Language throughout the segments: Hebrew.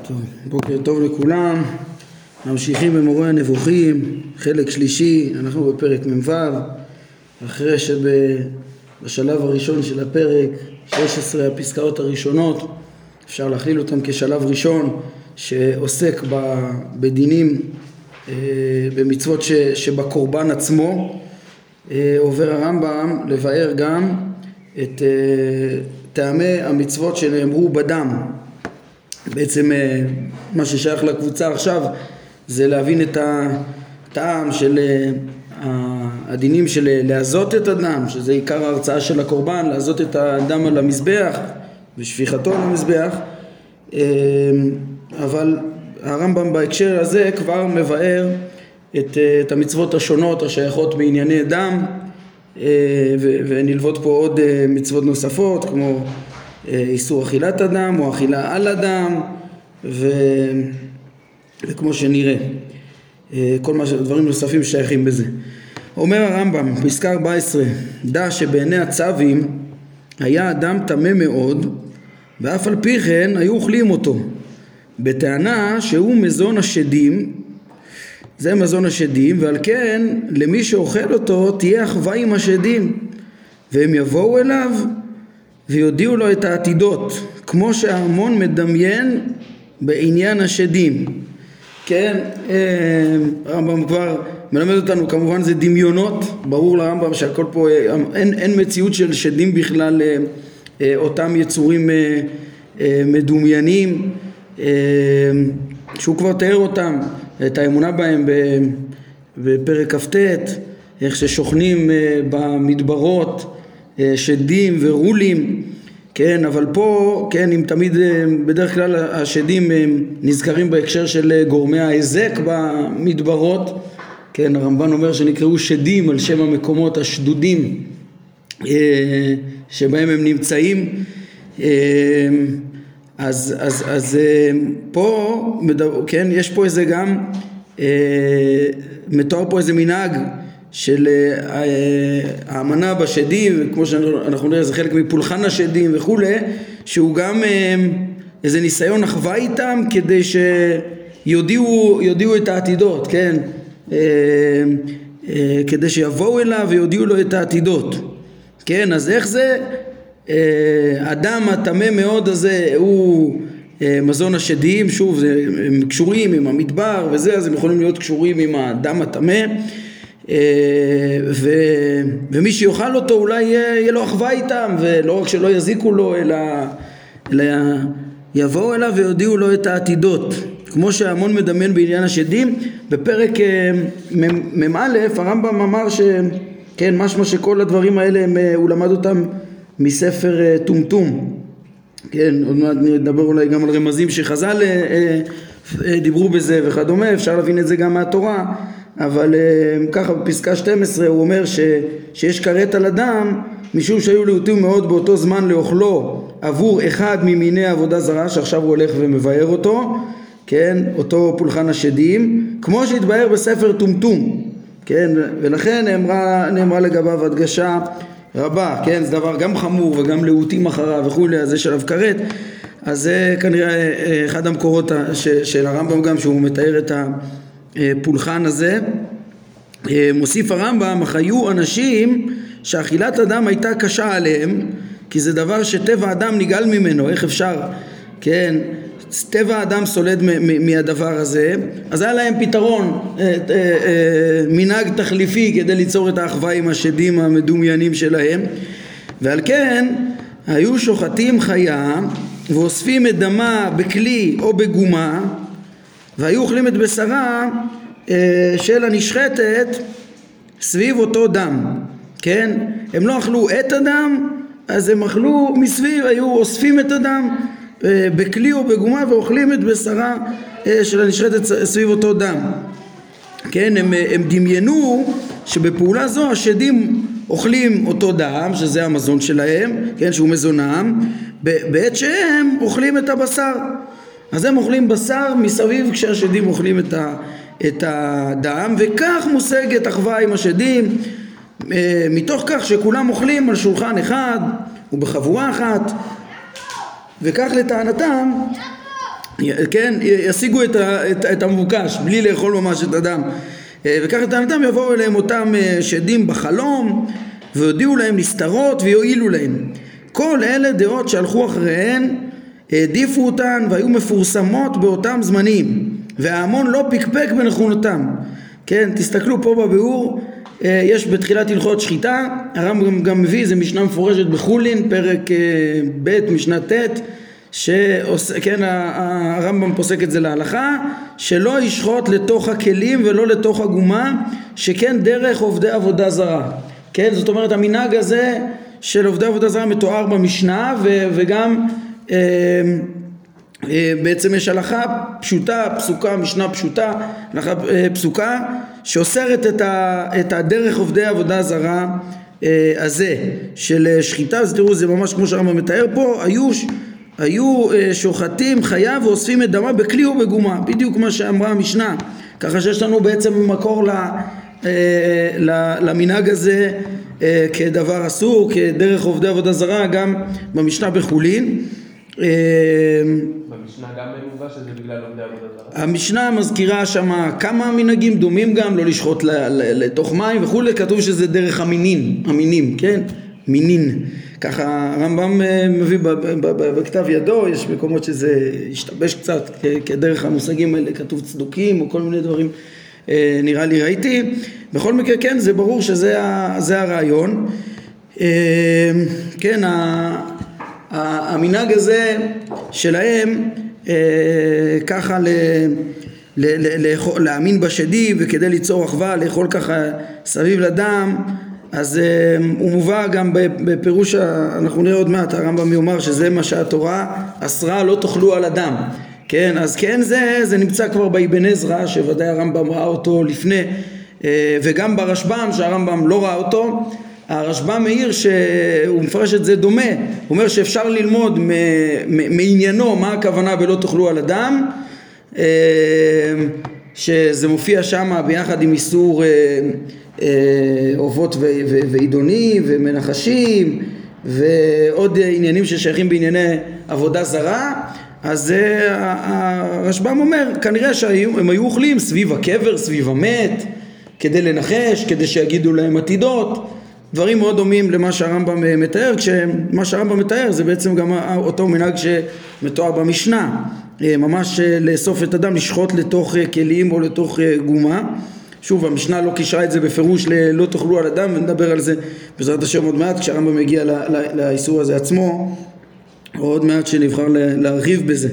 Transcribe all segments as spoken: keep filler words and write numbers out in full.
טוב, בוקר טוב לכולם. ממשיכים במורה הנבוכים, חלק שלישי. אנחנו בפרק מ"ו, אחרי שבשלב הראשון של הפרק, שש עשרה הפסקאות הראשונות, אפשר להכליל אותם כשלב ראשון שעוסק בדינים, במצוות שבקורבן עצמו. עובר הרמב"ם לבאר גם את טעמי המצוות שנאמרו בדם. בעצם מה ששייך לקבוצה עכשיו זה להבין את הטעם של הדינים של להזות את הדם, שזה עיקר ההרצאה של הקורבן, להזות את הדם על המזבח ושפיכתו על המזבח. אבל הרמב"ם בהקשר הזה כבר מבאר את, את המצוות השונות השייכות בענייני דם, ונלוות פה עוד מצוות נוספות כמו איסור אכילת אדם או אכילה על אדם, ו... וכמו שנראה כל מה שדברים נוספים שייכים בזה. אומר הרמב"ם פסקה ארבע עשרה, דע שבעיני הצווים היה אדם טמא מאוד, ואף על פי כן היו אוכלים אותו, בטענה שהוא מזון השדים, זה מזון השדים, ועל כן למי שאוכל אותו תהיה אחווה עם השדים, והם יבואו אליו ויודיעו לו את העתידות, כמו שההמון מדמיין בעניין השדים. כן, הרמב"ם כבר מלמד אותנו, כמובן זה דמיונות, ברור לרמב"ם שהכל פה, אין, אין מציאות של שדים בכלל, אותם יצורים מדומיינים, שהוא כבר תיאר אותם, את האמונה בהם בפרק כ"ט, איך ששוכנים במדברות שדים ורולים, כן, אבל פה, כן, אם תמיד, בדרך כלל השדים נזכרים בהקשר של גורמי ההיזק במדברות, כן, הרמב"ן אומר שנקראו שדים על שם המקומות השדודים שבהם הם נמצאים. אז, אז, אז פה, כן, יש פה איזה גם, מתואר פה איזה מנהג של האמנה בשדים, כמו שאנחנו נראה, זה חלק מפולחן השדים וכו', שהוא גם איזה ניסיון אחווה איתם כדי שיודיעו יודיעו את העתידות, כן, כדי שיבואו אליו ויודיעו לו את העתידות, כן. אז איך זה אדם הטמא מאוד הזה הוא מזון השדים, שוב זה, הם קשורים עם המדבר וזה, אז הם יכולים להיות קשורים עם האדם הטמא, ו... ומי שיאכל אותו אולי יהיה לו אחווה איתם, ולא רק שלא יזיקו לו אלא, אלא יבואו אליו ויודיעו לו את העתידות, כמו שההמון מדמיין בעניין השדים. בפרק מ"א הרמב"ם אמר שכן, משמע שכל הדברים האלה הם, הוא למד אותם מספר טומטום, כן, עוד מעט נדבר אולי גם על רמזים שחז"ל דיברו בזה וכדומה, אפשר להבין את זה גם מהתורה. אבל ככה בפסקה שתים עשרה הוא אומר ש, שיש כרת על אדם משום שהיו להוטים מאוד באותו זמן לאוכלו עבור אחד ממיני עבודה זרה, שעכשיו הוא הולך ומבאר אותו, כן, אותו פולחן השדים, כמו שהתבאר בספר טומטום, כן, ולכן נאמרה, נאמרה לגביו הדגשה רבה, כן, זה דבר גם חמור וגם להוטים אחריו וכולי, אז זה שלב כרת. אז זה כנראה אחד המקורות של הרמב"ם גם, שהוא מתאר את ה פולחן הזה. מוסיף הרמב"ם, היו אנשים שאכילת אדם הייתה קשה עליהם, כי זה דבר שטבע האדם נגאל ממנו, איך אפשר, כן, טבע האדם סולד מהדבר הזה, אז היה להם פתרון, מנהג תחליפי כדי ליצור את האחווה עם השדים המדומיינים שלהם, ועל כן היו שוחטים חיה ואוספים את דמה בכלי או בגומה, והיו אוכלים את בשרה של הנשחטת סביב אותו דם, כן, הם לא אכלו את הדם, אז הם אכלו מסביב, היו אוספים את הדם בכלי או בגומה ואוכלים את בשרה של הנשחטת סביב אותו דם, כן. הם, הם דמיינו שבפעולה זו השדים אוכלים אותו דם, שזה המזון שלהם, כן, שהוא מזונם, בעת שהם אוכלים את הבשר. אז הם אוכלים בשר מסביב כשהשדים אוכלים את, ה, את הדם, וכך מושגת אחווה עם השדים, מתוך כך שכולם אוכלים על שולחן אחד ובחבורה אחת, וכך לטענתם כן, ישיגו את, ה, את, את המבוקש בלי לאכול ממש את הדם. וכך לטענתם יבואו אליהם אותם שדים בחלום ויודיעו להם נסתרות ויועילו להם. כל אלה דעות שהלכו אחריהן, העדיפו אותן והיו מפורסמות באותם זמנים, וההמון לא פקפק בנכונותם. כן, תסתכלו פה בביאור, יש בתחילת הלכות שחיטה, הרמב"ם גם מביא, זה משנה מפורשת בחולין, פרק ב' משנה ט', שכן הרמב"ם פוסק את זה להלכה, שלא ישחוט לתוך הכלים ולא לתוך הגומה, שכן דרך עובדי עבודה זרה. כן, זאת אומרת המנהג הזה של עובדי עבודה זרה מתואר במשנה, ו- וגם אה, אה, בעצם יש הלכה פשוטה, פסוקה, משנה פשוטה, הלכה אה, פסוקה, שאוסרת את, ה- את הדרך עובדי עבודה זרה אה, הזה של שחיטה. אז תראו, זה ממש כמו שהרמב"ם מתאר פה, היו היו שוחטים חיה ואוספים את דמה בכלי ובגומה, בדיוק מה שאמרה המשנה, ככה שיש לנו בעצם מקור למנהג הזה כדבר אסור, כדרך עובדי עבודה זרה, גם במשנה בחולין. במשנה גם מובא שזה בגלל עובדי עבודה זרה? המשנה מזכירה שם כמה מנהגים דומים גם, לא לשחוט לתוך מים וכו', כתוב שזה דרך המינין, המינים, כן? מינין. ככה הרמב"ם מביא בכתב ידו, יש מקומות שזה השתבש קצת כדרך המושגים האלה, כתוב צדוקים או כל מיני דברים, נראה לי ראיתי. בכל מקרה כן, זה ברור שזה זה הרעיון. כן, המנהג הזה שלהם ככה ל... להאמין בשדים וכדי ליצור אחווה, לאכול ככה סביב לדם, אז uh, הוא מובא גם בפירוש, אנחנו נראה עוד מעט, הרמב"ם יאמר שזה מה שהתורה אסרה, לא תאכלו על אדם. כן, אז כן, זה, זה נמצא כבר באבן עזרא, שוודאי הרמב"ם ראה אותו לפני, uh, וגם ברשב"ם, שהרמב"ם לא ראה אותו. הרשב"ם מאיר שהוא מפרש את זה דומה, הוא אומר שאפשר ללמוד מ- מ- מעניינו מה הכוונה בלא תאכלו על אדם, uh, שזה מופיע שם ביחד עם איסור uh, אובות ועידונים ומנחשים ועוד עניינים ששייכים בענייני עבודה זרה. אז הרשב"ם אומר כנראה שהם היו אוכלים סביב הקבר, סביב המת, כדי לנחש, כדי שיגידו להם עתידות, דברים מאוד דומים למה שהרמב"ם מתאר, כשמה שהרמב"ם מתאר זה בעצם גם אותו מנהג שמתואר במשנה, ממש לאסוף את הדם, לשחוט לתוך כלים או לתוך גומה. שוב, המשנה לא קישרה את זה בפירוש ללא תאכלו על אדם, ונדבר על זה בעזרת השם עוד מעט כשהרמב"ם מגיע לאיסור הזה עצמו, או עוד מעט שנבחר להרחיב בזה.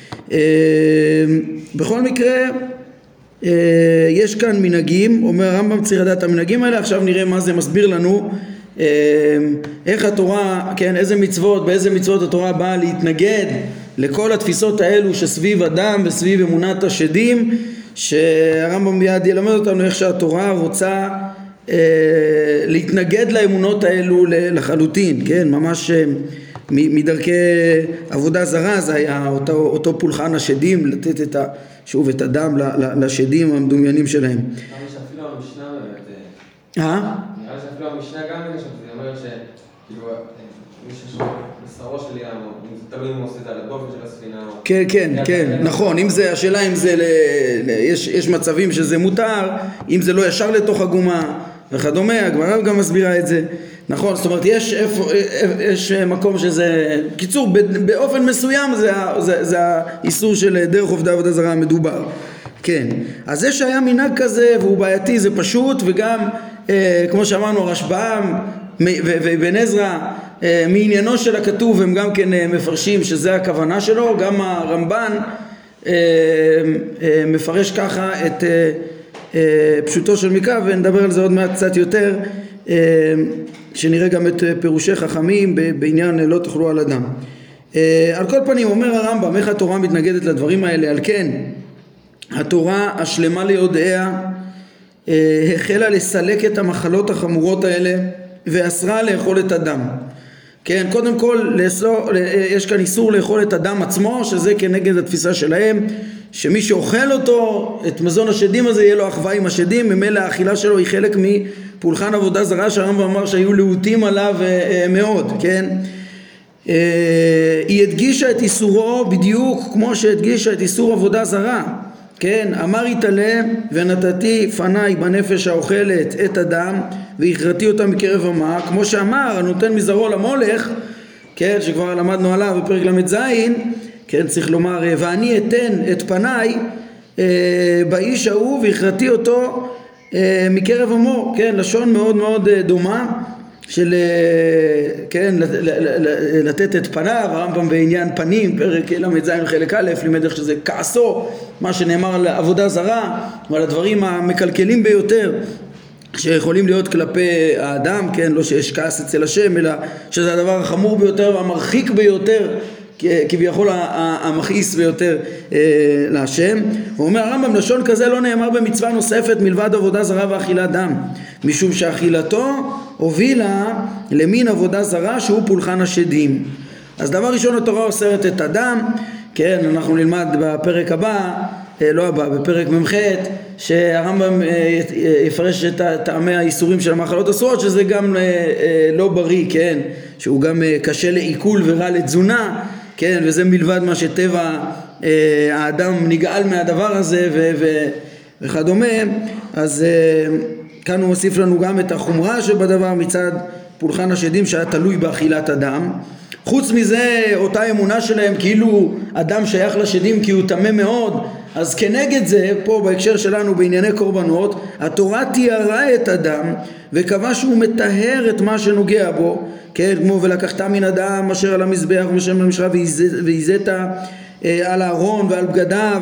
בכל מקרה, יש כאן מנהגים, אומר הרמב"ם צריך לדעת המנהגים האלה. עכשיו נראה מה זה מסביר לנו, איך התורה, כן, איזה מצוות, באיזה מצוות התורה באה להתנגד לכל התפיסות האלו שסביב אדם וסביב אמונת השדים, שהרמב"ם מיד ילמד אותנו איך שהתורה רוצה אה, להתנגד לאמונות האלו לחלוטין, כן, ממש אה, מדרכי עבודה זרה. זה היה אותו, אותו פולחן השדים, לתת את ה, שוב את הדם לשדים המדומיינים שלהם. נראה לי שאפילו המשנה באמת, אה? נראה לי שאפילו המשנה גם נראה שם, זה אומר שכאילו מישהו בשרו שלי, תמיד הוא עושה את זה על הדופן של הספינה. כן, כן, כן, נכון. אם זה, השאלה אם זה, יש, יש מצבים שזה מותר, אם זה לא ישר לתוך הגומה וכדומה, הגמרא גם מסבירה את זה. נכון, זאת אומרת, יש, יש מקום שזה, קיצור, באופן מסוים זה, זה, זה האיסור של דרך עובדי עבודה זרה המדובר. כן, אז זה שהיה מנהג כזה והוא בעייתי זה פשוט, וגם כמו שאמרנו הרשב"ם ואבן עזרא מעניינו של הכתוב הם גם כן מפרשים שזה הכוונה שלו. גם הרמב"ן מפרש ככה את פשוטו של מקרא, ונדבר על זה עוד מעט קצת יותר, שנראה גם את פירושי חכמים בעניין לא תאכלו על אדם. על כל פנים אומר הרמב"ם איך התורה מתנגדת לדברים האלה. על כן התורה השלמה ליודעיה החלה לסלק את המחלות החמורות האלה ואסרה לאכול את הדם. כן, קודם כל לאסור, יש כאן איסור לאכול את הדם עצמו, שזה כנגד התפיסה שלהם, שמי שאוכל אותו, את מזון השדים הזה, יהיה לו אחווה עם השדים, ממילא האכילה שלו היא חלק מפולחן עבודה זרה, שהרמב"ם אמר שהיו להוטים עליו מאוד, כן? היא הדגישה את איסורו בדיוק כמו שהדגישה את איסור עבודה זרה. כן, אמר יתעלה ונתתי פניי בנפש האוכלת את הדם והכרתי אותה מקרב עמה, כמו שאמר הנותן מזרעו למולך, כן, שכבר למדנו עליו בפרק למד זין, כן, צריך לומר ואני אתן את פניי אה, באיש ההוא והכרתי אותו אה, מקרב עמו, כן, לשון מאוד מאוד אה, דומה של, אה, כן, לתת את פניו. הרמב"ם בעניין פנים, פרק למד זין חלק א', לימד איך שזה כעסו, מה שנאמר על עבודה זרה ועל הדברים המקלקלים ביותר שיכולים להיות כלפי האדם, כן, לא שיש כעס אצל השם, אלא שזה הדבר החמור ביותר והמרחיק ביותר, כביכול המכעיס ביותר אה, להשם. הוא אומר הרמב"ם, לשון כזה לא נאמר במצווה נוספת מלבד עבודה זרה ואכילת דם, משום שאכילתו הובילה למין עבודה זרה שהוא פולחן השדים. אז דבר ראשון התורה אוסרת את הדם, כן, אנחנו נלמד בפרק הבא, לא הבא, בפרק ממ"ח, שהרמב"ם יפרש את טעמי האיסורים של המאכלות אסורות, שזה גם לא בריא, כן, שהוא גם קשה לעיכול ורע לתזונה, כן, וזה מלבד מה שטבע האדם נגאל מהדבר הזה ו- ו- וכדומה. אז כאן הוא מוסיף לנו גם את החומרה שבדבר מצד פולחן השדים שהיה תלוי באכילת אדם. חוץ מזה, אותה אמונה שלהם כאילו אדם שייך לשדים כי הוא טמא מאוד, אז כנגד זה, פה בהקשר שלנו בענייני קורבנות, התורה תיארה את אדם וקבע שהוא מטהר את מה שנוגע בו, כן, כמו ולקחת מן אדם אשר על המזבח ושם למשרה והזית על הארון ועל בגדיו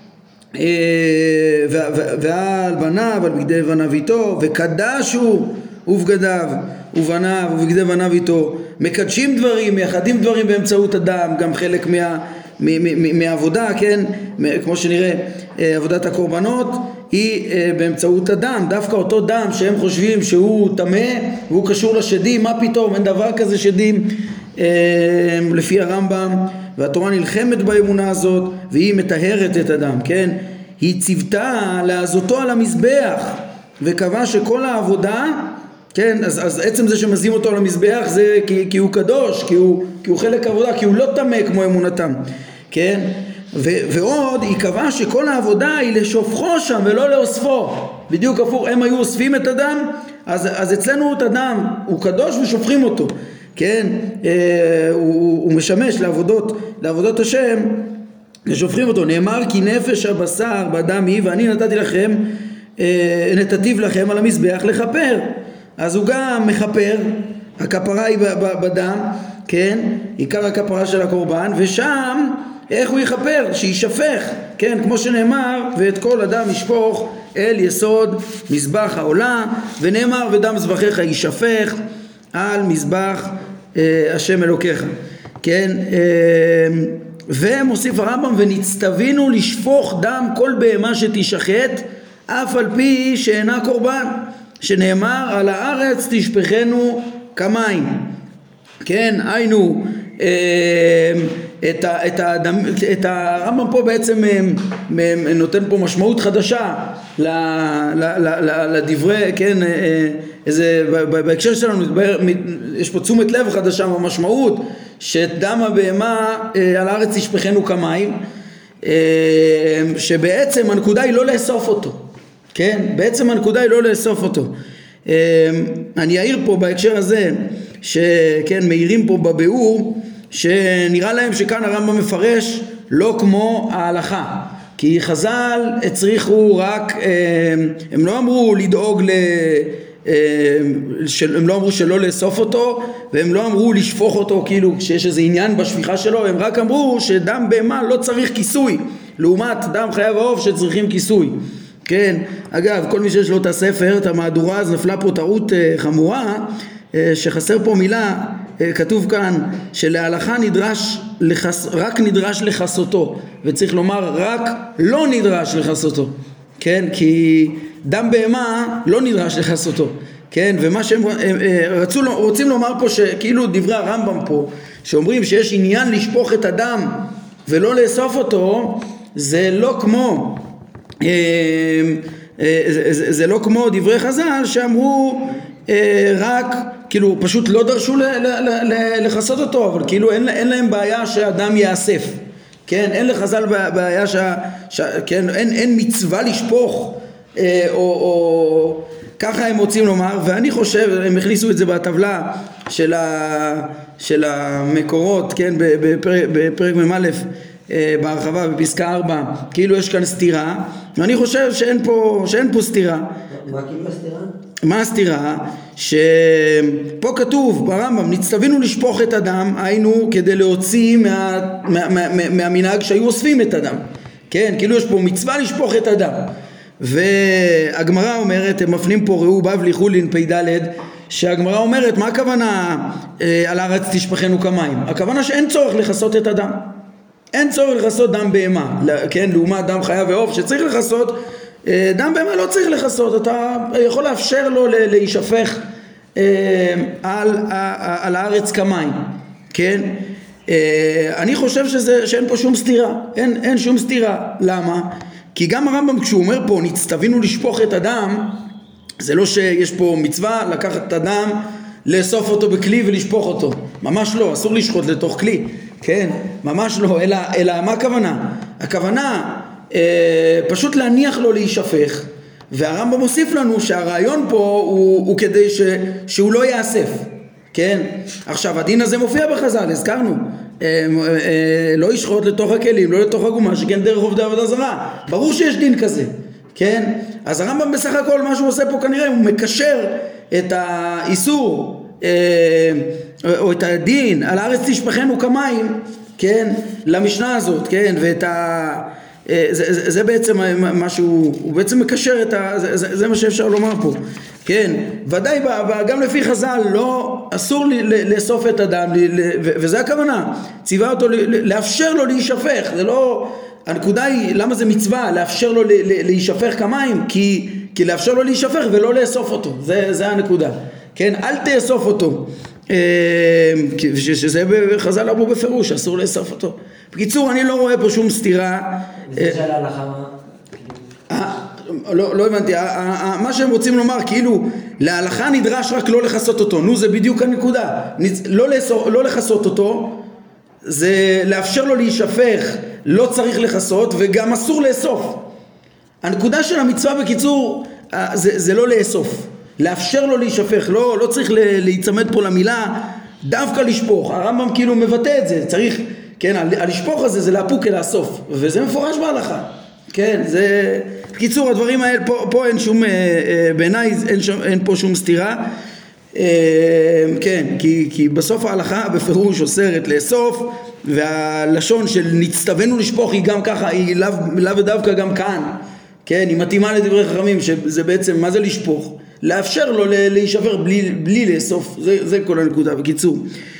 ועל בניו ועל בגדי בניו איתו, וקדשו ובגדיו ובניו ובגדי בניו איתו. מקדשים דברים, מייחדים דברים באמצעות הדם, גם חלק מה, מהעבודה, כן, כמו שנראה עבודת הקורבנות היא באמצעות הדם, דווקא אותו דם שהם חושבים שהוא טמא והוא קשור לשדים, מה פתאום, אין דבר כזה שדים לפי הרמב"ם, והתורה נלחמת באמונה הזאת והיא מטהרת את הדם, כן, היא ציוותה לעזותו על המזבח וקבע שכל העבודה, כן, אז, אז עצם זה שמזים אותו על המזבח זה כי, כי הוא קדוש, כי הוא, כי הוא חלק העבודה, כי הוא לא טמא כמו אמונתם, כן, ו, ועוד היא קבעה שכל העבודה היא לשופכו שם ולא לאוספו, בדיוק הפוך, הם היו אוספים את הדם, אז, אז אצלנו את הדם הוא קדוש ושופכים אותו, כן, אה, הוא, הוא משמש לעבודות, לעבודות השם, ושופכים אותו. נאמר כי נפש הבשר בדם היא ואני נתתי לכם, אה, נתתיו לכם על המזבח לכפר, אז הוא גם מחפר, הכפרה היא בדם, כן, עיקר הכפרה של הקורבן, ושם איך הוא יכפר? שישפך, כן, כמו שנאמר ואת כל הדם ישפוך אל יסוד מזבח העולה, ונאמר ודם זבחיך ישפך על מזבח אה, השם אלוקיך, כן, אה, ומוסיף הרמב"ם ונצטווינו לשפוך דם כל בהמה שתשחט אף על פי שאינה קורבן, שנאמר על הארץ תשפכנו כמים, כן, היינו אה, את, ה, את, האדם, את הרמב"ם פה בעצם נותן פה משמעות חדשה ל, ל, ל, ל, לדברי, כן, איזה, בהקשר שלנו יש פה תשומת לב חדשה במשמעות שדם הבהמה על הארץ תשפכנו כמים, שבעצם הנקודה היא לא לאסוף אותו, כן, בעצם הנקודה היא לא לאסוף אותו. אני אעיר פה בהקשר הזה שכן מעירים פה בביאור שנראה להם שכאן הרמב"ם מפרש לא כמו ההלכה, כי חז"ל הצריכו רק, הם לא אמרו לדאוג ל... הם לא אמרו שלא לאסוף אותו, והם לא אמרו לשפוך אותו כאילו שיש איזה עניין בשפיכה שלו, הם רק אמרו שדם בהמה לא צריך כיסוי לעומת דם חיה ועוף שצריכים כיסוי, כן. אגב, כל מי שיש לו את הספר, את המהדורה, אז נפלה פה טעות חמורה, שחסר פה מילה, כתוב כאן שלהלכה נדרש לחס... רק נדרש לחסותו, וצריך לומר רק לא נדרש לחסותו, כן, כי דם בהמה לא נדרש לחסותו, כן, ומה שהם רצו, רוצים לומר פה שכאילו דברי הרמב"ם פה שאומרים שיש עניין לשפוך את הדם ולא לאסוף אותו, זה לא כמו זה, זה, זה לא כמו דברי חז"ל שאמרו רק כאילו פשוט לא דרשו לחסות אותו, אבל כאילו אין, אין להם בעיה שהאדם יאסף, כן, אין לחז"ל בעיה ש, ש, כן, אין, אין מצווה לשפוך, אה, או, או ככה הם רוצים לומר, ואני חושב, הם הכניסו את זה בטבלה של, ה, של המקורות, כן, בפרק, בפרק ממ אה, בהרחבה בפסקה ארבע, כאילו יש כאן סתירה, ואני חושב שאין פה, שאין פה סתירה. מה כאילו הסתירה? מה הסתירה? שפה כתוב ברמב"ם, נצטווינו לשפוך את הדם, היינו כדי להוציא מה, מה, מה, מה, מהמנהג שהיו אוספים את הדם, כן, כאילו יש פה מצווה לשפוך את הדם. והגמרא אומרת, הם מפנים פה ראו בבלי חולין פ"ד, שהגמרא אומרת, מה הכוונה אה, על הארץ תשפכנו כמים? הכוונה שאין צורך לחסות את הדם, אין צורך לחסות דם בהמה, כן, לעומת דם חיה ועוף שצריך לחסות, דם בהמה לא צריך לחסות, אתה יכול לאפשר לו להישפך על, על הארץ כמים, כן? אני חושב שזה, שאין פה שום סתירה, אין, אין שום סתירה. למה? כי גם הרמב"ם כשהוא אומר פה נצטווינו לשפוך את הדם, זה לא שיש פה מצווה לקחת את הדם, לאסוף אותו בכלי ולשפוך אותו, ממש לא, אסור לשחוט לתוך כלי, כן? ממש לא, אלא, אלא מה הכוונה? הכוונה אה, פשוט להניח לו להישפך, והרמב"ם מוסיף לנו שהרעיון פה הוא, הוא כדי ש, שהוא לא יאסף, כן? עכשיו הדין הזה מופיע בחז"ל, הזכרנו, אה, אה, לא ישחוט לתוך הכלים, לא לתוך הגומה, שכן דרך עובדי עבודה זרה, ברור שיש דין כזה, כן? אז הרמב"ם בסך הכל מה שהוא עושה פה כנראה הוא מקשר את האיסור אה, או את הדין על הארץ תשפכנו כמים, כן, למשנה הזאת, כן, ואת ה... זה, זה, זה בעצם מה שהוא, הוא בעצם מקשר את ה... זה, זה, זה מה שאפשר לומר פה, כן, ודאי גם לפי חז"ל לא, אסור לאסוף את הדם, וזה הכוונה, ציווה אותו לאפשר לו להישפך, זה לא... הנקודה היא למה זה מצווה לאפשר לו להישפך כמים, כי, כי לאפשר לו להישפך ולא לאסוף אותו, זה, זה הנקודה, כן, אל תאסוף אותו, שזה בחז"ל אמרו בפירוש אסור לאסוף אותו. בקיצור אני לא רואה פה שום סתירה. זה של ההלכה מה? לא, לא הבנתי, מה שהם רוצים לומר כאילו להלכה נדרש רק לא לחסות אותו, נו זה בדיוק הנקודה, לא, לאסור, לא לחסות אותו זה לאפשר לו להישפך, לא צריך לחסות וגם אסור לאסוף. הנקודה של המצווה בקיצור זה, זה לא לאסוף, לאפשר לו להישפך, לא, לא צריך להיצמד פה למילה דווקא לשפוך, הרמב"ם כאילו מבטא את זה, צריך, כן, הלשפוך הזה זה להפוק אל הסוף, וזה מפורש בהלכה, כן, זה, בקיצור הדברים האלה, פה, פה אין שום, בעיניי אין, אין פה שום סתירה, כן, כי, כי בסוף ההלכה בפירוש אוסרת לאסוף, והלשון של נצטווינו לשפוך היא גם ככה, היא לאו, לאו ודווקא גם כאן, כן, היא מתאימה לדברי חכמים, שזה בעצם, מה זה לשפוך? לאפשר לו להישבר בלי, בלי לאסוף, זה, זה כל הנקודה, בקיצור.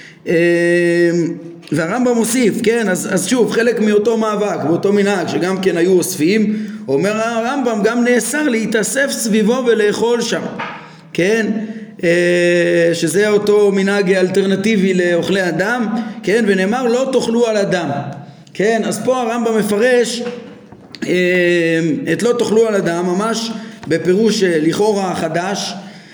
והרמב"ם מוסיף, כן, אז, אז שוב, חלק מאותו מאבק, באותו מנהג, שגם כן היו אוספים, אומר הרמב"ם, גם נאסר להתאסף סביבו ולאכול שם, כן, שזה אותו מנהג אלטרנטיבי לאוכלי אדם, כן, ונאמר לא תאכלו על אדם, כן, אז פה הרמב"ם מפרש את לא תאכלו על אדם, ממש בפירוש לכאורה חדש,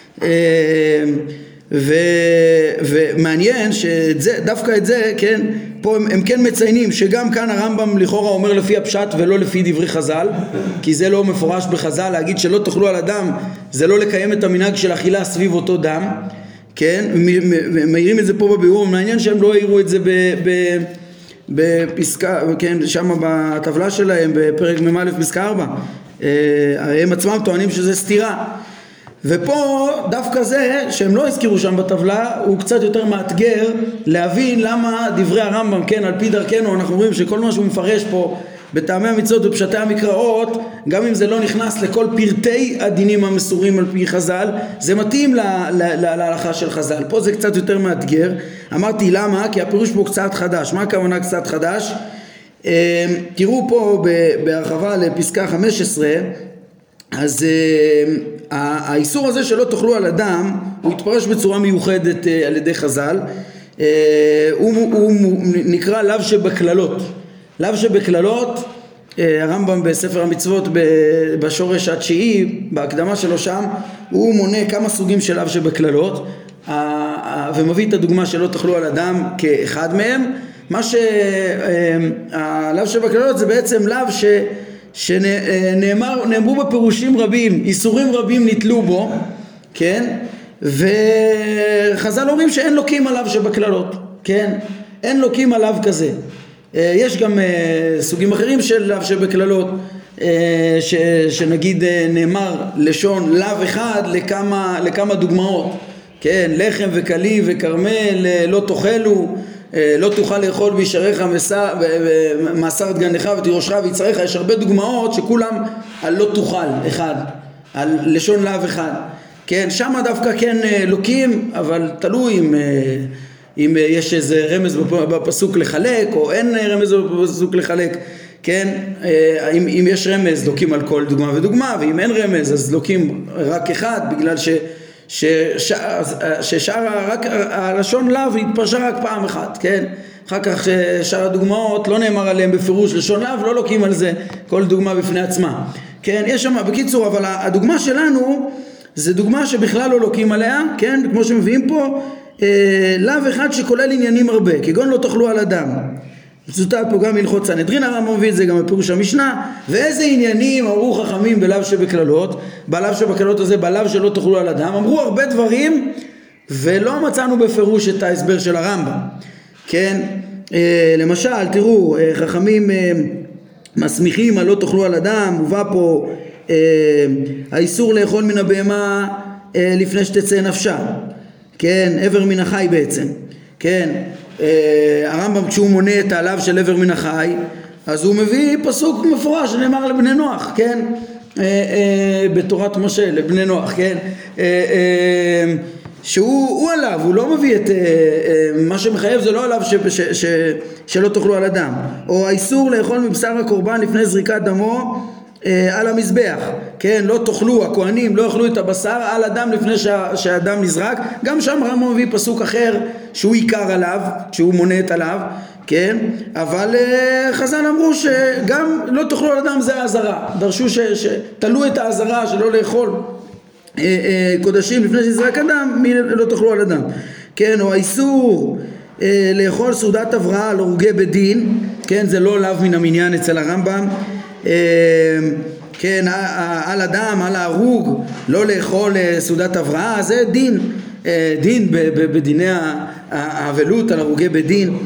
ו, ומעניין שדווקא את זה, כן, פה הם, הם כן מציינים שגם כאן הרמב"ם לכאורה אומר לפי הפשט ולא לפי דברי חז"ל, כי זה לא מפורש בחז"ל, להגיד שלא תאכלו על אדם זה לא לקיים את המנהג של אכילה סביב אותו דם, כן, מעירים את זה פה בביאור, מעניין שהם לא העירו את זה ב, ב, בפסקה, כן, שם בטבלה שלהם בפרק ממ פסקה ארבע, הם עצמם טוענים שזה סתירה, ופה דווקא זה שהם לא הזכירו שם בטבלה הוא קצת יותר מאתגר להבין למה דברי הרמב"ם, כן, על פי דרכנו אנחנו רואים שכל מה שהוא מפרש פה בטעמי המצוות ופשטי המקראות, גם אם זה לא נכנס לכל פרטי הדינים המסורים על פי חז"ל, זה מתאים להלכה של חז"ל. פה זה קצת יותר מאתגר. אמרתי למה? כי הפירוש פה קצת חדש. מה הכוונה קצת חדש? תראו פה בהרחבה לפסקה חמש עשרה, אז האיסור הזה שלא תאכלו על אדם הוא התפרש בצורה מיוחדת על ידי חז"ל, הוא, הוא נקרא לאו שבכללות. לאו שבכללות, הרמב"ם בספר המצוות בשורש התשיעי, בהקדמה שלו שם, הוא מונה כמה סוגים של לאו שבכללות, ומביא את הדוגמה שלא תאכלו על אדם כאחד מהם. מה שהלאו שבקללות זה בעצם לאו ש... שנאמרו בפירושים רבים, איסורים רבים נתלו בו, כן? וחז"ל אומרים שאין לוקים עליו שבקללות, כן? אין לוקים עליו כזה. יש גם סוגים אחרים של לאו שבקללות, ש, שנגיד נאמר לשון לאו אחד לכמה, לכמה דוגמאות, כן? לחם וקלי וכרמל לא תאכלו, לא תוכל לאכול בישריך מאסר את גנך ותירושך ויצריך. יש הרבה דוגמאות שכולם על לא תוכל אחד, על לשון לאו אחד, כן? שם דווקא כן לוקים, אבל תלוי אם, אם יש איזה רמז בפסוק לחלק או אין רמז בפסוק לחלק, כן? אם, אם יש רמז לוקים על כל דוגמה ודוגמה, ואם אין רמז אז לוקים רק אחד, בגלל ש ששאר רק הלשון לאו התפרשה רק פעם אחת, כן? אחר כך שאר הדוגמאות לא נאמר עליהם בפירוש לשון לאו, לא לוקים על זה כל דוגמה בפני עצמה, כן? יש שם בקיצור, אבל הדוגמה שלנו זה דוגמה שבכלל לא לוקים עליה, כן? כמו שמביאים פה לאו אחד שכולל עניינים הרבה, כגון לא תאכלו על אדם. מצוטט פה גם הלכות סנהדרין, הרמב"ם מביא את זה גם בפירוש המשנה. ואיזה עניינים אמרו חכמים בלאו שבקללות, בלאו שבקללות הזה, בלאו שלא תאכלו על אדם? אמרו הרבה דברים ולא מצאנו בפירוש את ההסבר של הרמב"ם, כן? אה, למשל תראו, אה, חכמים אה, מסמיכים על לא תאכלו על אדם, מובא פה אה, האיסור לאכול מן הבהמה אה, לפני שתצא נפשה, כן? עבר מן החי בעצם, כן? הרמב"ם כשהוא מונה את העליו של עבר מן החי, אז הוא מביא פסוק מפורש שנאמר לבני נוח, כן? בתורת משה לבני נוח, כן? שהוא עליו, הוא לא מביא את מה שמחייב, זה לא עליו ש, ש, ש, שלא תאכלו על אדם. או האיסור לאכול מבשר הקורבן לפני זריקת דמו על המזבח, כן? לא תאכלו, הכהנים לא יאכלו את הבשר על אדם לפני שה, שהאדם נזרק. גם שם הרמב"ם מביא פסוק אחר שהוא עיקר עליו, שהוא מונה את עליו, כן? אבל חז"ל אמרו שגם לא תאכלו על אדם זה האזהרה, דרשו ש, שתלו את האזהרה שלא לאכול קודשים לפני שנזרק אדם, לא תאכלו על אדם, כן? או האיסור לאכול סעודת הבראה על הורגי בדין, כן? זה לא לאו מן המניין אצל הרמב"ם, כן? על אדם, על ההרוג, לא לאכול סעודת הבראה, זה דין, דין בדיני האבלות על הרוגי בדין.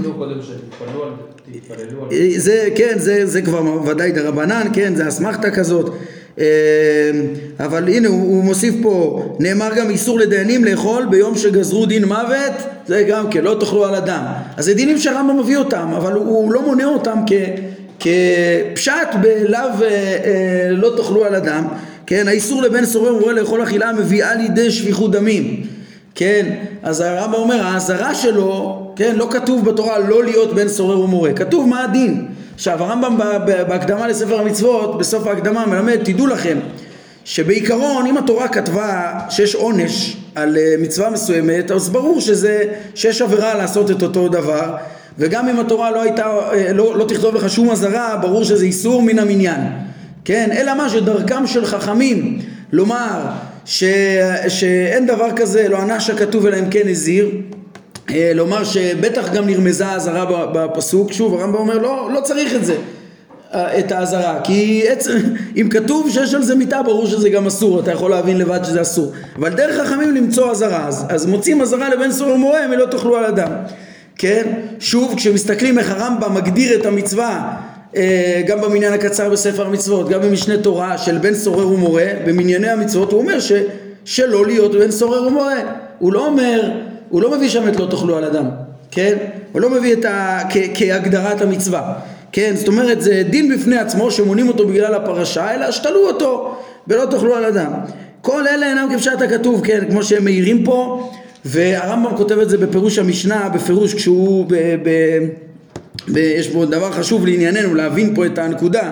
זה כן, זה זה כבר ודאי דרבנן, כן? זה אסמכתה כזאת. אבל הנה הוא, הוא מוסיף פה, נאמר גם איסור לדיינים לאכול ביום שגזרו דין מוות, זה גם כן, לא תאכלו על אדם. אז זה דינים שהרמב"ם מביא אותם, אבל הוא, הוא לא מונה אותם כ, כפשט בלאו לא תאכלו על אדם, כן? האיסור לבן סורר ומורה לאכול אכילה מביאה לידי שפיכות דמים, כן? אז הרמב"ם אומר, האזהרה שלו, כן? לא כתוב בתורה לא להיות בן סורר ומורה, כתוב מה הדין. עכשיו הרמב"ם בהקדמה לספר המצוות, בסוף ההקדמה מלמד, תדעו לכם שבעיקרון אם התורה כתבה שיש עונש על מצווה מסוימת, אז ברור שזה, שיש עבירה לעשות את אותו דבר, וגם אם התורה לא הייתה, לא, לא תכתוב לך שום אזהרה, ברור שזה איסור מן המניין, כן? אלא מה שדרכם של חכמים לומר ש, שאין דבר כזה, לא ענש הכתוב אלא אם כן הזהיר, לומר שבטח גם נרמזה האזהרה בפסוק. שוב הרמב"ם אומר לא, לא צריך את זה, את האזהרה, כי אם כתוב שיש על זה מיטה ברור שזה גם אסור, אתה יכול להבין לבד שזה אסור, אבל דרך חכמים למצוא אזהרה, אז, אז מוצאים אזהרה לבן סורר ומורה מלא תאכלו על אדם, כן? שוב כשמסתכלים איך הרמב"ם מגדיר את המצווה גם במניין הקצר בספר המצוות, גם במשנה תורה של בן סורר ומורה במנייני המצוות, הוא אומר ש, שלא להיות בן סורר ומורה, הוא לא אומר, הוא לא מביא שם את לא תאכלו על אדם, כן? הוא לא מביא את ה... כ... כהגדרת המצווה, כן? זאת אומרת זה דין בפני עצמו שמונים אותו בגלל הפרשה, אלא שתלו אותו ולא תאכלו על אדם. כל אלה אינם כפשט הכתוב, כן? כמו שהם מעירים פה, והרמב"ם כותב את זה בפירוש המשנה, בפירוש כשהוא ב... ב... ב... יש פה דבר חשוב לענייננו להבין פה את הנקודה,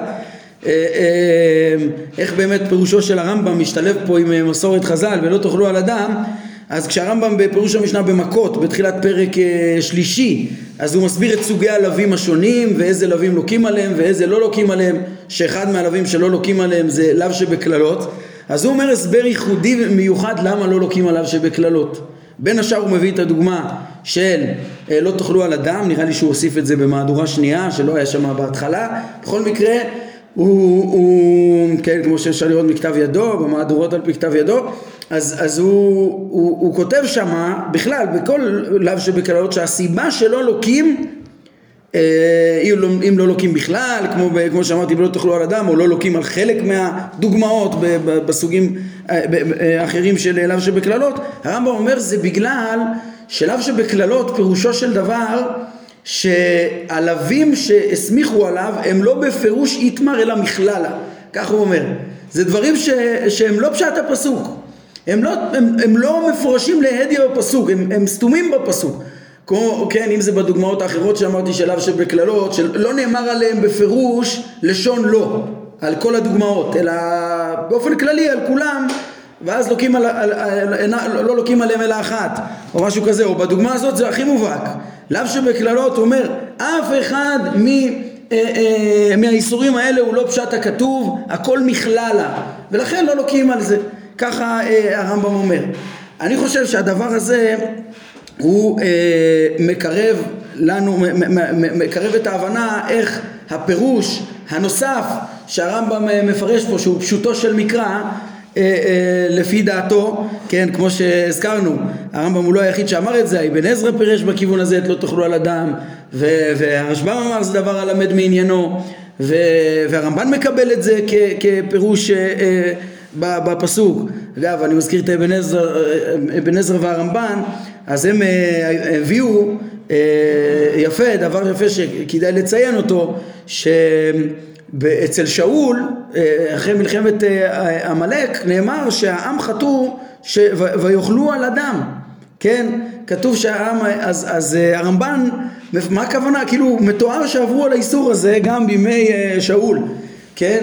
איך באמת פירושו של הרמב"ם משתלב פה עם מסורת חז"ל ולא תאכלו על אדם. אז כשהרמב"ם בפירוש המשנה במכות בתחילת פרק שלישי, אז הוא מסביר את סוגי הלווים השונים ואיזה לווים לוקים עליהם ואיזה לא לוקים עליהם, שאחד מהלווים שלא לוקים עליהם זה לאו שבכללות. אז הוא אומר הסבר ייחודי מיוחד למה לא לוקים עליו שבכללות. בין השאר הוא מביא את הדוגמה של אה, לא תאכלו על אדם, נראה לי שהוא הוסיף את זה במהדורה שנייה שלא היה שם בהתחלה. בכל מקרה הוא, הוא כן, כמו שאפשר לראות מכתב ידו, במהדורות על פי כתב ידו, אז, אז הוא, הוא, הוא כותב שם בכלל בכל לאו שבקללות שהסיבה שלא לוקים, אם לא לוקים בכלל, כמו, כמו שאמרתי, לא תאכלו על אדם, או לא לוקים על חלק מהדוגמאות בסוגים אחרים של לאו שבקללות, הרמב"ם אומר זה בגלל שלאו שבקללות פירושו של דבר שהלווים שהסמיכו עליו הם לא בפירוש איתמר אלא מכללה, כך הוא אומר. זה דברים ש, שהם לא פשט הפסוק, הם לא, הם, הם לא מפורשים להדיה בפסוק, הם, הם סתומים בפסוק. כמו, כן, אם זה בדוגמאות האחרות שאמרתי שלאו שבקללות, שלא נאמר עליהם בפירוש לשון לא, על כל הדוגמאות, אלא באופן כללי על כולם, ואז לוקים על, על, על, על, לא לוקים עליהם אלא אחת, או משהו כזה, או בדוגמה הזאת זה הכי מובהק. לאו שבקללות הוא אומר, אף אחד מ, אה, אה, מהאיסורים האלה הוא לא פשט הכתוב, הכל מכללה, ולכן לא לוקים על זה. ככה אה, הרמב"ם אומר. אני חושב שהדבר הזה הוא אה, מקרב לנו, מקרב את ההבנה איך הפירוש הנוסף שהרמב"ם מפרש פה, שהוא פשוטו של מקרא, אה, אה, לפי דעתו, כן, כמו שהזכרנו, הרמב"ם הוא לא היחיד שאמר את זה, אבן עזרא פירש בכיוון הזה את לא תאכלו על אדם, והרשב"ם אמר זה דבר הלמד מעניינו, והרמב"ן מקבל את זה כ, כפירוש אה, בפסוק. אגב, אני מזכיר את אבן עזרא, אבן עזרא והרמב"ן, אז הם הביאו יפה, דבר יפה שכדאי לציין אותו, שאצל שאול, אחרי מלחמת עמלק, נאמר שהעם חטאו ויאכלו על אדם, כן? כתוב שהעם, אז, אז הרמב"ן, מה הכוונה? כאילו מתואר שעברו על האיסור הזה גם בימי שאול, כן?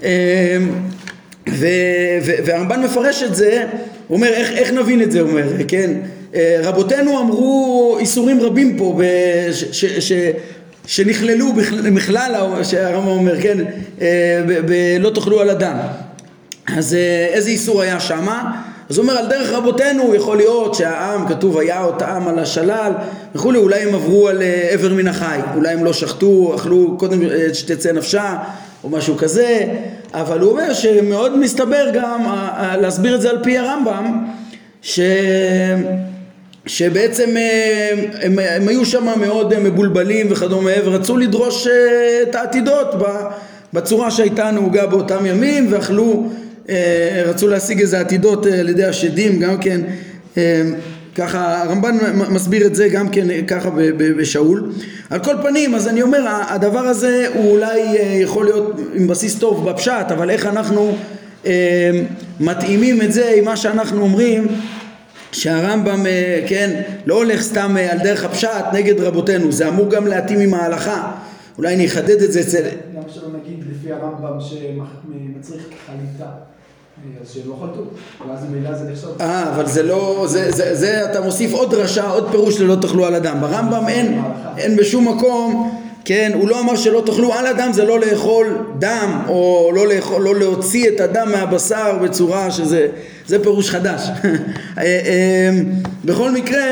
ו, ו, והרמב"ן מפרש את זה, הוא אומר איך, איך נבין את זה, הוא אומר, כן? רבותינו אמרו איסורים רבים פה ש, ש, ש, שנכללו בכלל, שהרמב"ם אומר, כן? לא תאכלו על אדם. אז איזה איסור היה שמה? אז הוא אומר על דרך רבותינו יכול להיות שהעם, כתוב היה אותם על השלל וכולי, אולי הם עברו על עבר מן החי, אולי הם לא שחטו, אכלו קודם שתצא נפשה או משהו כזה, אבל הוא אומר שמאוד מסתבר גם להסביר את זה על פי הרמב"ם, ש... שבעצם הם, הם היו שם מאוד מבולבלים וכדומה, ורצו לדרוש את העתידות בצורה שהייתה נהוגה באותם ימים, ואכלו, רצו להשיג איזה עתידות על ידי השדים גם כן, ככה הרמב"ן מסביר את זה גם כן ככה בשאול. על כל פנים, אז אני אומר, הדבר הזה הוא אולי יכול להיות עם בסיס טוב בפשט, אבל איך אנחנו מתאימים את זה עם מה שאנחנו אומרים, שהרמב"ם, כן, לא הולך סתם על דרך הפשט נגד רבותינו, זה אמור גם להתאים עם ההלכה. אולי אני אחדד את זה אצל... גם שלא נגיד לפי הרמב"ם שמצריך חליטה, אז שלא חלטו, ואז מילה זה נחשב. אה, אבל זה לא, זה, זה, זה אתה מוסיף עוד דרשה, עוד פירוש ללא תאכלו על אדם. ברמב"ם אין, אין בשום מקום, כן, הוא לא אמר שלא תאכלו על אדם, זה לא לאכול דם, או לא, לאכול, לא להוציא את הדם מהבשר בצורה שזה, זה פירוש חדש. בכל מקרה,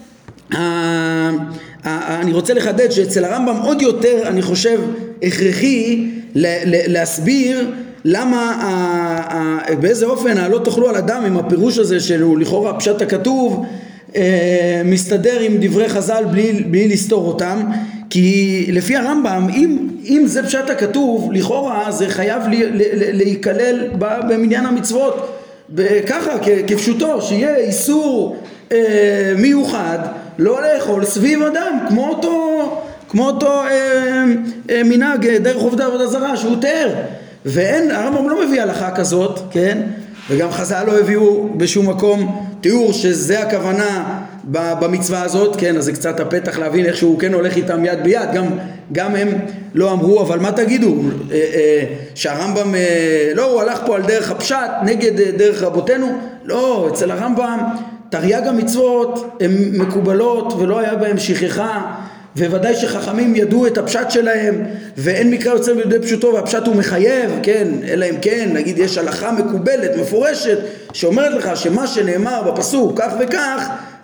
אני רוצה לחדד שאצל הרמב"ם עוד יותר, אני חושב, הכרחי להסביר למה, באיזה אופן הלא תאכלו על אדם עם הפירוש הזה שהוא לכאורה פשט הכתוב, מסתדר עם דברי חז"ל בלי, בלי לסתור אותם, כי לפי הרמב"ם, אם, אם זה פשט הכתוב, לכאורה זה חייב להיכלל במניין המצוות, ככה כפשוטו, שיהיה איסור אה, מיוחד לא לאכול סביב אדם, כמו אותו, כמו אותו אה, אה, מנהג דרך עובדי עבודה זרה שהוא תיאר, ואין, הרמב"ם לא מביא הלכה כזאת, כן? וגם חז"ל לא הביאו בשום מקום תיאור שזה הכוונה במצווה הזאת, כן? אז זה קצת הפתח להבין איך שהוא כן הולך איתם יד ביד, גם, גם הם לא אמרו, אבל מה תגידו? אה, אה, שהרמב"ם, אה, לא, הוא הלך פה על דרך הפשט נגד אה, דרך רבותינו? לא, אצל הרמב"ם תרי"ג המצוות הן מקובלות ולא היה בהם שכחה, וודאי שחכמים ידעו את הפשט שלהם, ואין מקרא יוצא בידי פשוטו, והפשט הוא מחייב, כן, אלא אם כן, נגיד יש הלכה מקובלת, מפורשת, שאומרת לך שמה שנאמר בפסוק כך וכך,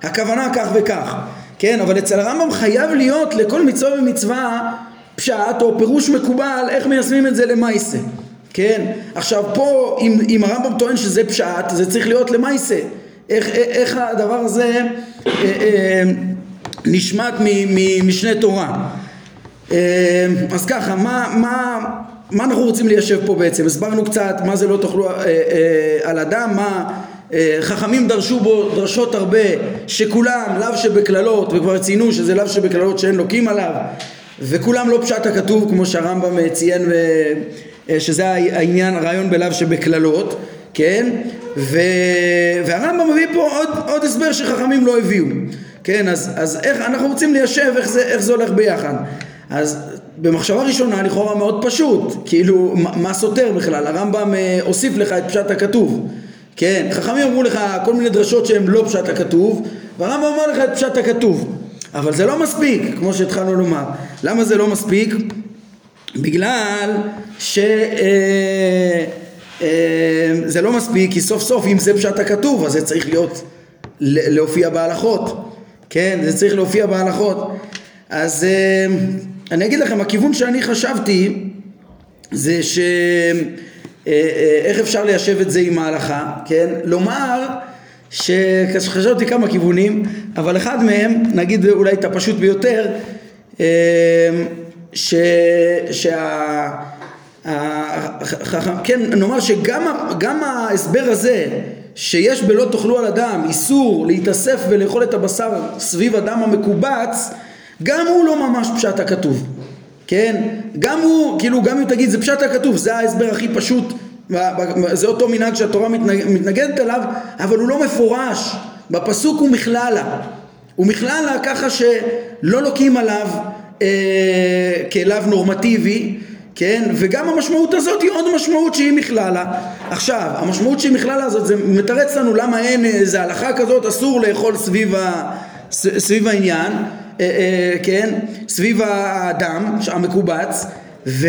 הכוונה כך וכך, כן? אבל אצל הרמב"ם חייב להיות לכל מצווה ומצווה פשט או פירוש מקובל איך מיישמים את זה למעשה, כן? עכשיו פה אם, אם הרמב"ם טוען שזה פשט, זה צריך להיות למעשה. איך, איך הדבר הזה אה, אה, נשמט ממשנה תורה. אה, אז ככה, מה, מה, מה אנחנו רוצים ליישב פה בעצם? הסברנו קצת מה זה לא תאכלו אה, אה, על אדם, מה אה, חכמים דרשו בו דרשות הרבה, שכולם לאו שבכללות, וכבר ציינו שזה לאו שבכללות שאין לוקים עליו, וכולם לא פשט הכתוב כמו שהרמב"ם ציין, ו, אה, שזה העניין, הרעיון בלאו שבכללות, כן? ו... והרמב"ם מביא פה עוד, עוד הסבר שחכמים לא הביאו, כן? אז, אז איך, אנחנו רוצים ליישב איך זה, איך זה הולך ביחד. אז במחשבה ראשונה לכאורה מאוד פשוט, כאילו מה סותר בכלל? הרמב"ם הוסיף לך את פשט הכתוב, כן? חכמים אמרו לך כל מיני דרשות שהם לא פשט הכתוב, והרמב"ם אמר לך את פשט הכתוב, אבל זה לא מספיק, כמו שהתחלנו לומר. למה זה לא מספיק? בגלל ש... זה לא מספיק, כי סוף סוף אם זה פשט הכתוב אז זה צריך להיות להופיע בהלכות, כן? זה צריך להופיע בהלכות. אז אני אגיד לכם, הכיוון שאני חשבתי זה ש... איך אפשר ליישב את זה עם ההלכה, כן? לומר שחשבתי כמה כיוונים, אבל אחד מהם, נגיד אולי את הפשוט ביותר, ש... שה... כן, נאמר שגם גם ההסבר הזה שיש בלא תאכלו על אדם איסור להתאסף ולאכול את הבשר סביב אדם המקובץ, גם הוא לא ממש פשט הכתוב, כן? גם הוא, כאילו גם אם תגיד זה פשט הכתוב, זה ההסבר הכי פשוט, זה אותו מנהג שהתורה מתנגדת אליו, אבל הוא לא מפורש, בפסוק הוא מכללה, הוא מכללה ככה שלא לוקים עליו אה, כאליו נורמטיבי, כן? וגם המשמעות הזאת היא עוד משמעות שהיא מכללה. עכשיו, המשמעות שהיא מכללה הזאת, זה מתרץ לנו למה אין איזו הלכה כזאת, אסור לאכול סביב, ה, סביב העניין, אה, אה, כן? סביב האדם המקובץ, ו,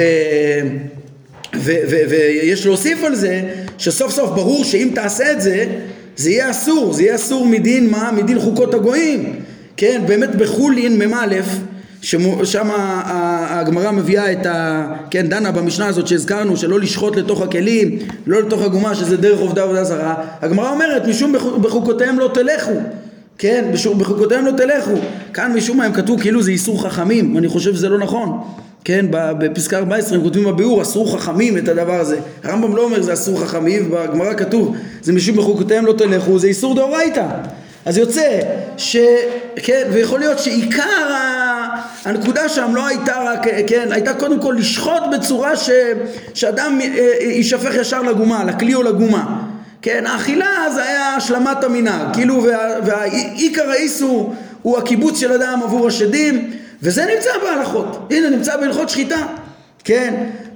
ו, ו, ויש להוסיף על זה, שסוף סוף ברור שאם תעשה את זה, זה יהיה אסור, זה יהיה אסור מדין מה? מדין חוקות הגויים, כן? באמת בחולין ממא' ששם הגמרא מביאה את ה... כן, דנה במשנה הזאת שהזכרנו, שלא לשחוט לתוך הכלים, לא לתוך הגומה, שזה דרך עובדה עבודה זרה. הגמרא אומרת, משום בחוקותיהם לא תלכו, כן, בחוקותיהם לא תלכו. כאן משום מה הם כתבו כאילו זה איסור חכמים, אני חושב שזה לא נכון. כן, בפסקה ארבע עשרה הם כותבים בביאור, אסרו חכמים את הדבר הזה. הרמב"ם לא אומר זה אסור חכמים, בגמרא כתוב, זה משום בחוקותיהם לא תלכו, זה איסור דאורייתא. אז יוצא ש... כן, ויכול להיות שעיקר הנקודה שם לא הייתה רק, כן, הייתה קודם כל לשחוט בצורה ש... שאדם יישפך ישר לגומה, לכלי או לגומה. כן, האכילה זה היה השלמת המנהג, כאילו, וה... והעיקר האיסור הוא הקיבוץ של אדם עבור השדים, וזה נמצא בהלכות. הנה, נמצא בהלכות שחיטה. כן,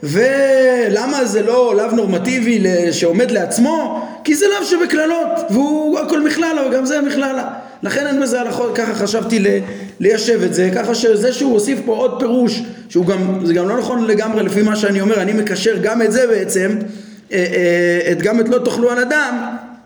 ולמה זה לא לאו נורמטיבי שעומד לעצמו? כי זה לאו שבכללות, והוא הכל מכללה, וגם זה מכללה. לכן אין בזה הלכות, ככה חשבתי ליישב את זה, ככה שזה שהוא הוסיף פה עוד פירוש, שהוא גם, זה גם לא נכון לגמרי לפי מה שאני אומר, אני מקשר גם את זה בעצם, את גם את לא תאכלו על אדם,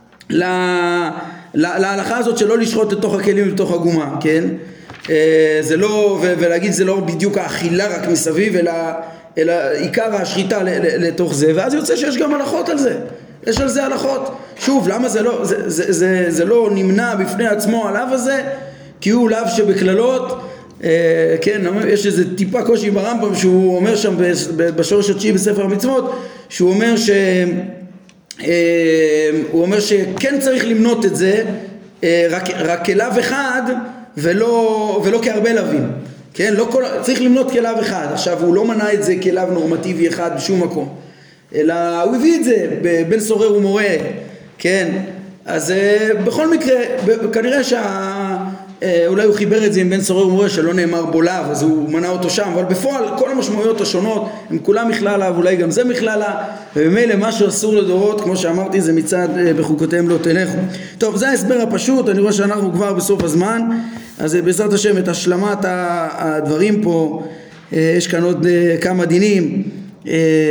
להלכה הזאת שלא לשחוט לתוך הכלים לתוך הגומה, כן? זה לא, ולהגיד זה לא בדיוק האכילה רק מסביב, אלא אלא עיקר השחיטה לתוך זה, ואז יוצא שיש גם הלכות על זה, יש על זה הלכות. שוב, למה זה לא, זה, זה, זה, זה לא נמנע בפני עצמו הלאו הזה? כי הוא לאו שבכללות, אה, כן, יש איזה טיפה קושי ברמב"ם שהוא אומר שם בשורש התשיעי בספר המצוות, שהוא אומר ש... אה, הוא אומר שכן צריך למנות את זה, אה, רק, רק כלאו אחד ולא, ולא כהרבה לווים. כן, לא כל, צריך למנות כלאו אחד. עכשיו, הוא לא מנע את זה כלאו נורמטיבי אחד בשום מקום, אלא הוא הביא את זה בין סורר ומורה, כן? אז בכל מקרה, כנראה שאולי הוא חיבר את זה עם בין סורר ומורה שלא נאמר בו לאו, אז הוא מנע אותו שם, אבל בפועל כל המשמעויות השונות הם כולם מכללה, ואולי גם זה מכללה, ובמילא מה שאסור לדורות, כמו שאמרתי, זה מצד בחוקותיהם לא תלכו. טוב, זה ההסבר הפשוט, אני רואה שאנחנו כבר בסוף הזמן, אז בעזרת השם את השלמת הדברים פה, יש כאן עוד כמה דינים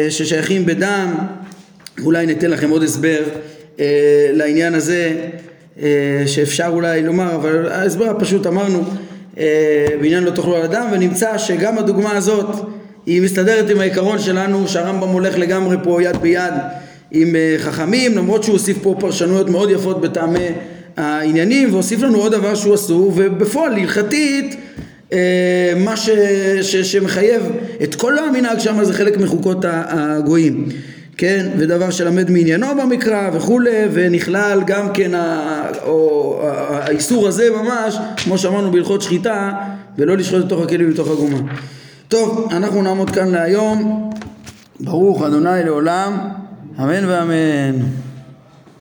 ששייכים בדם, אולי ניתן לכם עוד הסבר לעניין הזה, שאפשר אולי לומר, אבל ההסבר הפשוט אמרנו, בעניין לא תאכלו על אדם, ונמצא שגם הדוגמה הזאת היא מסתדרת עם העיקרון שלנו שהרמב"ם הולך לגמרי פה יד ביד עם חכמים, למרות שהוא הוסיף פה פרשנויות מאוד יפות בטעמי העניינים, והוסיף לנו עוד דבר שהוא אסור, ובפועל הלכתית מה ש, ש, שמחייב את כל המנהג שם זה חלק מחוקות הגויים, כן, ודבר שלמד מעניינו במקרא וכולי, ונכלל גם כן ה, או, האיסור הזה ממש, כמו שאמרנו בהלכות שחיטה, ולא לשחוט לתוך הכלים לתוך הגומה. טוב, אנחנו נעמוד כאן להיום. ברוך אדוני לעולם, אמן ואמן.